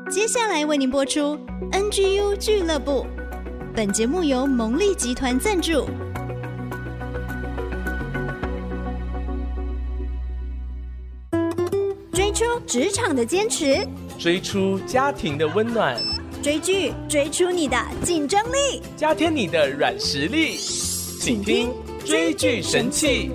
接下来为您播出 NGU 俱乐部，本节目由蒙利集团赞助。追出职场的坚持， 追出家庭的温暖， 追剧追出你的竞争力， 加添你的软实力。请听追剧神器。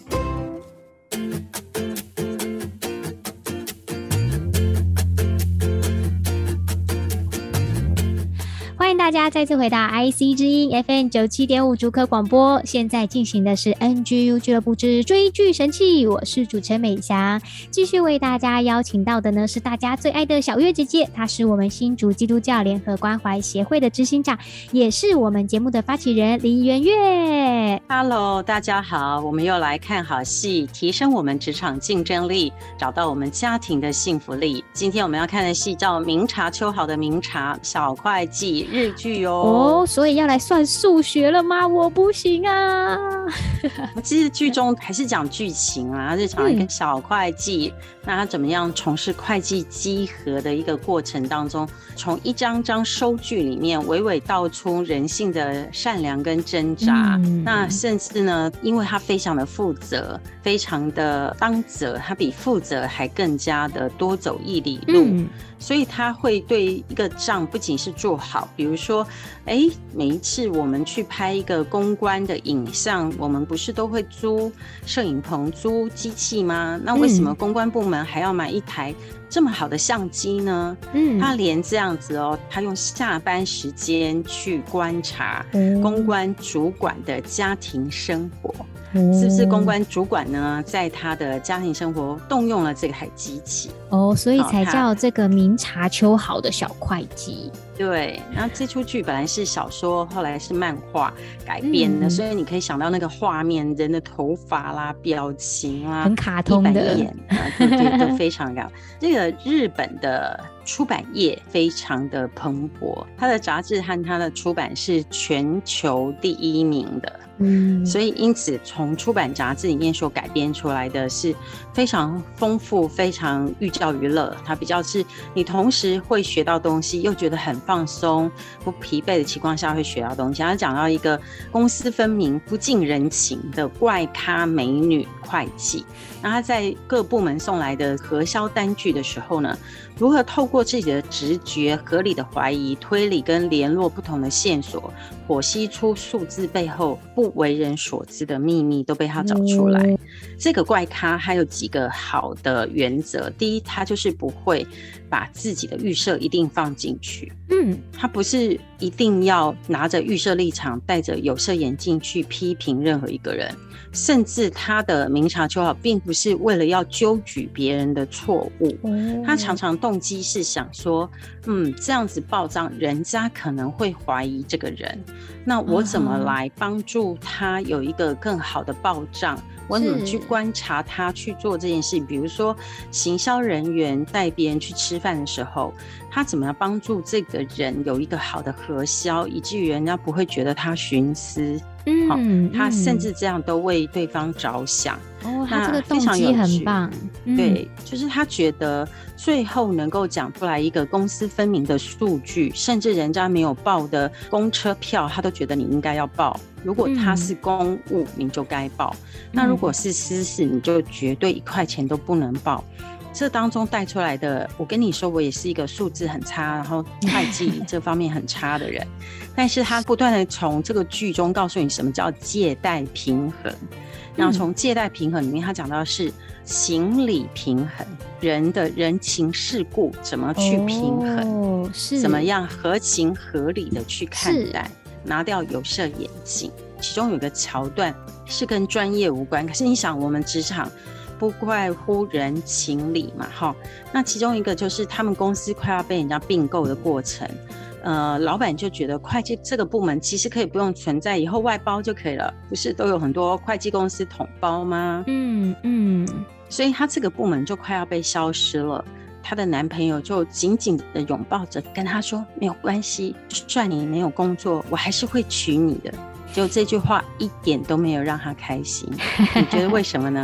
欢迎大家再次回到 IC 之音 FM97.5 竹科广播，现在进行的是 NGU 俱乐部之追剧神器，我是主持人美翔。继续为大家邀请到的呢是大家最爱的小月姐姐，她是我们新竹基督教联合关怀协会的执行长，也是我们节目的发起人林元月。 Hello， 大家好，我们又来看好戏，提升我们职场竞争力，找到我们家庭的幸福力。今天我们要看的戏叫《明察秋毫》的明察小会计日剧哦。 所以要来算数学了吗？我不行啊。 其实剧中还是讲剧情啊，日常一个小会计，那他怎么样从事会计稽核的一个过程当中，从一张张收据里面娓娓道出人性的善良跟挣扎。那甚至呢，因为他非常的负责，非常的当责，他比负责还更加的多走一里路。所以他会对一个账不仅是做好，比如说每一次我们去拍一个公关的影像，我们不是都会租摄影棚租机器吗？那为什么公关部门还要买一台这么好的相机呢？他连这样子他用下班时间去观察公关主管的家庭生活。是不是公关主管呢，在他的家庭生活动用了这台机器所以才叫这个明察秋毫的小会计。 对，然后这出剧本来是小说，后来是漫画改编的，所以你可以想到那个画面，人的头发啦、表情啦， 很卡通的， 对，都非常高。这个日本的出版业非常的蓬勃，它的杂志和它的出版是全球第1名的。所以因此从出版杂志里面所改编出来的是非常丰富，非常寓教于乐。它比较是你同时会学到东西，又觉得很放松不疲惫的情况下会学到东西。它讲到一个公私分明不近人情的怪咖美女会计，那他在各部门送来的核销单据的时候呢，如何透过自己的直觉、合理的怀疑、推理跟联络不同的线索，剖析出数字背后不为人所知的秘密，都被他找出来。这个怪咖还有几个好的原则。第一，他就是不会把自己的预设一定放进去。他不是一定要拿着预设立场，戴着有色眼镜去批评任何一个人。甚至他的明察秋毫并不是为了要纠举别人的错误，他常常动机是想说这样子报账人家可能会怀疑这个人，那我怎么来帮助他有一个更好的报账，我怎么去观察他去做这件事。比如说行销人员带别人去吃饭的时候，他怎么样帮助这个人有一个好的核销，以至于人家不会觉得他徇私。他甚至这样都为对方着想。 他这个动机很棒。 对，就是他觉得最后能够讲出来一个公私分明的数据，甚至人家没有报的公车票他都觉得你应该要报。如果他是公务你就该报，那如果是私事你就绝对1块钱都不能报。这当中带出来的，我跟你说，我也是一个数字很差，然后会计这方面很差的人，但是他不断的从这个剧中告诉你什么叫借贷平衡。然后从借贷平衡里面，他讲到的是情理平衡，人的人情世故怎么去平衡，怎么样合情合理的去看待，拿掉有色眼镜。其中有个桥段是跟专业无关，可是你想我们职场不外乎人情理嘛，那其中一个就是他们公司快要被人家并购的过程，老板就觉得会计这个部门其实可以不用存在，以后外包就可以了，不是都有很多会计公司统包吗？所以他这个部门就快要被消失了。她的男朋友就紧紧的拥抱着跟她说，没有关系，就算你没有工作我还是会娶你的。结果这句话一点都没有让她开心。你觉得为什么呢？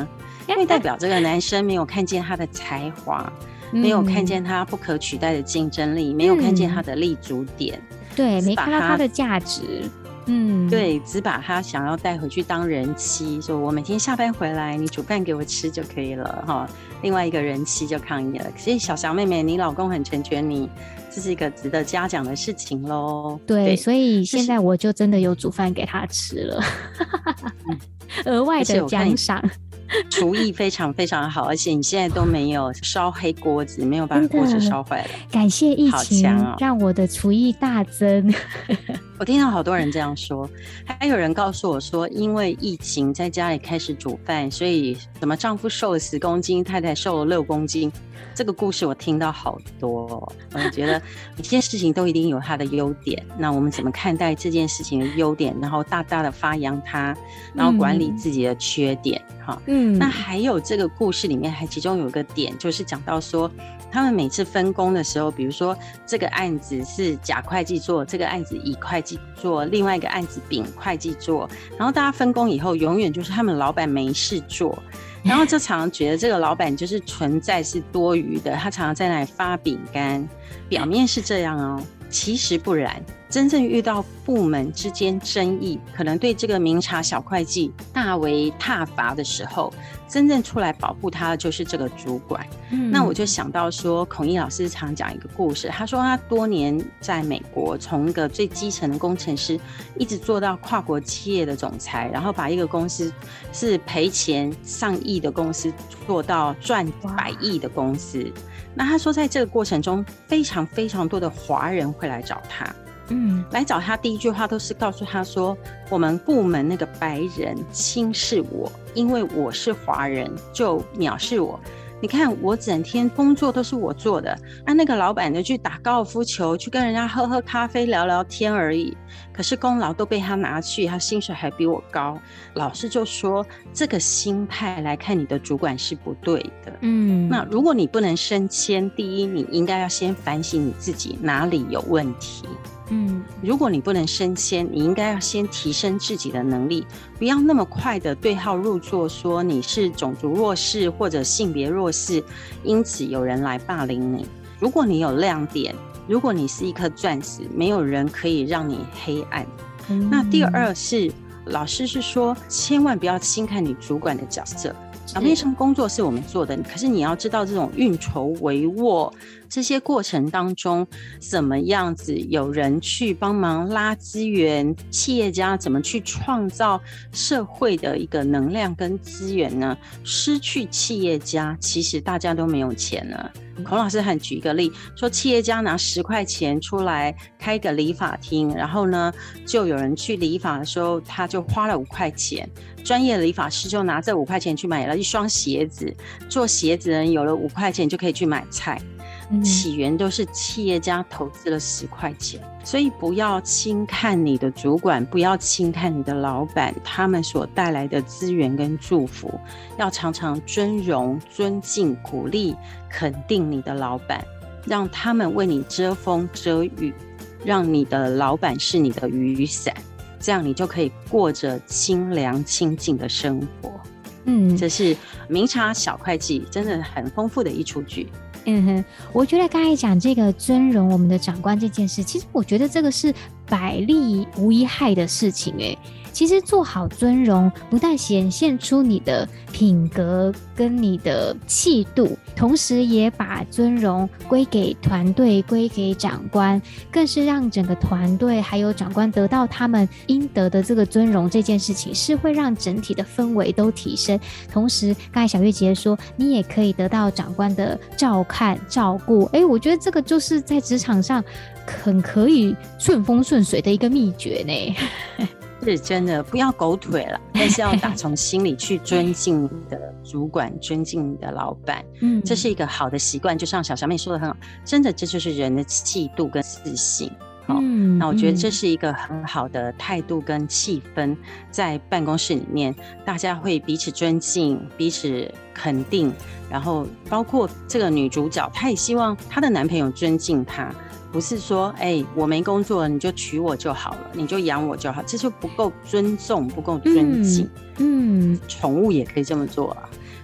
会代表这个男生没有看见他的才华，没有看见他不可取代的竞争力，没有看见他的立足点， 对，没看到他的价值。 对，只把他想要带回去当人妻，说我每天下班回来你煮饭给我吃就可以了哈。另外一个人妻就抗议了，所以小翔妹妹，你老公很成全你，这是一个值得嘉奖的事情咯。 对，所以现在我就真的有煮饭给他吃了，额外的奖赏。 厨艺非常非常好，而且你现在都没有烧黑锅子，没有把锅子烧坏了。 感谢疫情，让我的厨艺大增。 我听到好多人这样说，还有人告诉我说，因为疫情在家里开始煮饭，所以什么丈夫瘦了10公斤，太太瘦了6公斤。这个故事我听到好多，我觉得每件事情都一定有它的优点，那我们怎么看待这件事情的优点，然后大大的发扬它，然后管理自己的缺点。那还有这个故事里面还其中有一个点，就是讲到说他们每次分工的时候，比如说这个案子是甲会计做，这个案子乙会计做，另外一个案子丙会计做，然后大家分工以后永远就是他们老板没事做，然后就常常觉得这个老板就是存在是多余的，他常常在那里发饼干，表面是这样哦，其实不然。真正遇到部门之间争议，可能对这个明察小会计大为挞伐的时候，真正出来保护他的就是这个主管。那我就想到说，孔毅老师常讲一个故事，他说他多年在美国，从一个最基层的工程师一直做到跨国企业的总裁，然后把一个公司是赔钱上亿的公司做到赚100亿的公司。那他说在这个过程中，非常非常多的华人会来找他，来找他第一句话都是告诉他说，我们部门那个白人轻视我，因为我是华人就藐视我。你看我整天工作都是我做的，那个老板就去打高尔夫球，去跟人家喝喝咖啡聊聊天而已，可是功劳都被他拿去，他薪水还比我高。老师就说这个心态来看你的主管是不对的。那如果你不能升迁，第一你应该要先反省你自己哪里有问题。如果你不能升迁，你应该要先提升自己的能力，不要那么快的对号入座，说你是种族弱势或者性别弱势，因此有人来霸凌你。如果你有亮点，如果你是一颗钻石，没有人可以让你黑暗。那第二是老师是说，千万不要轻看你主管的角色。表面上工作是我们做的，可是你要知道这种运筹帷幄这些过程当中怎么样子有人去帮忙拉资源，企业家怎么去创造社会的一个能量跟资源呢？失去企业家，其实大家都没有钱了。孔老师还举一个例，说企业家拿10块钱出来开个理发厅，然后呢就有人去理发的时候他就花了5块钱，专业的理发师就拿这5块钱去买了一双鞋子，做鞋子的人有了5块钱就可以去买菜。起源都是企业家投资了10块钱，所以不要轻看你的主管，不要轻看你的老板，他们所带来的资源跟祝福，要常常尊荣、尊敬、鼓励、肯定你的老板，让他们为你遮风遮雨，让你的老板是你的雨伞，这样你就可以过着清凉清静的生活。这是明察小会计真的很丰富的一出剧。 我觉得刚才讲这个尊荣我们的长官这件事，其实我觉得这个是百利无一害的事情。其实做好尊荣，不但显现出你的品格跟你的气度，同时也把尊荣归给团队，归给长官，更是让整个团队还有长官得到他们应得的这个尊荣。这件事情是会让整体的氛围都提升，同时刚才小月姐说你也可以得到长官的照看照顾。我觉得这个就是在职场上很可以顺风顺水的一个秘诀呢。 是真的，不要狗腿了，但是要打从心里去尊敬你的主管，尊敬你的老板。这是一个好的习惯，就像小小妹说的很好，真的这就是人的气度跟自信。那我觉得这是一个很好的态度跟气氛，在办公室里面大家会彼此尊敬，彼此肯定，然后包括这个女主角她也希望她的男朋友尊敬她，不是说我没工作你就娶我就好了，你就养我就好，这就不够尊重，不够尊敬。宠物也可以这么做啊。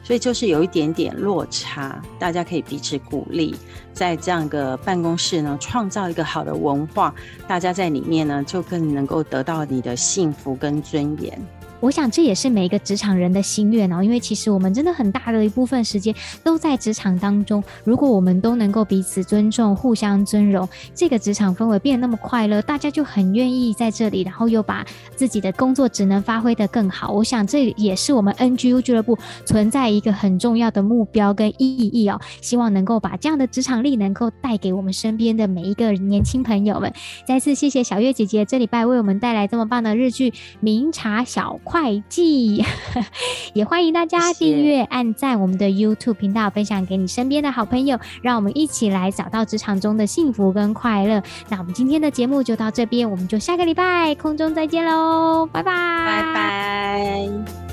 所以就是有一点点落差，大家可以彼此鼓励，在这样一个办公室呢，创造一个好的文化，大家在里面呢就更能够得到你的幸福跟尊严。 我想这也是每一个职场人的心愿哦，因为其实我们真的很大的一部分时间都在职场当中，如果我们都能够彼此尊重、互相尊荣，这个职场氛围变得那么快乐，大家就很愿意在这里，然后又把自己的工作职能发挥得更好。我想这也是我们 NGU 俱乐部存在一个很重要的目标跟意义哦，希望能够把这样的职场力能够带给我们身边的每一个年轻朋友们。再次谢谢小月姐姐这礼拜为我们带来这么棒的日剧《明茶小会计》也欢迎大家订阅按赞我们的 YouTube 频道，分享给你身边的好朋友，让我们一起来找到职场中的幸福跟快乐。那我们今天的节目就到这边，我们就下个礼拜空中再见喽，拜拜， 拜拜。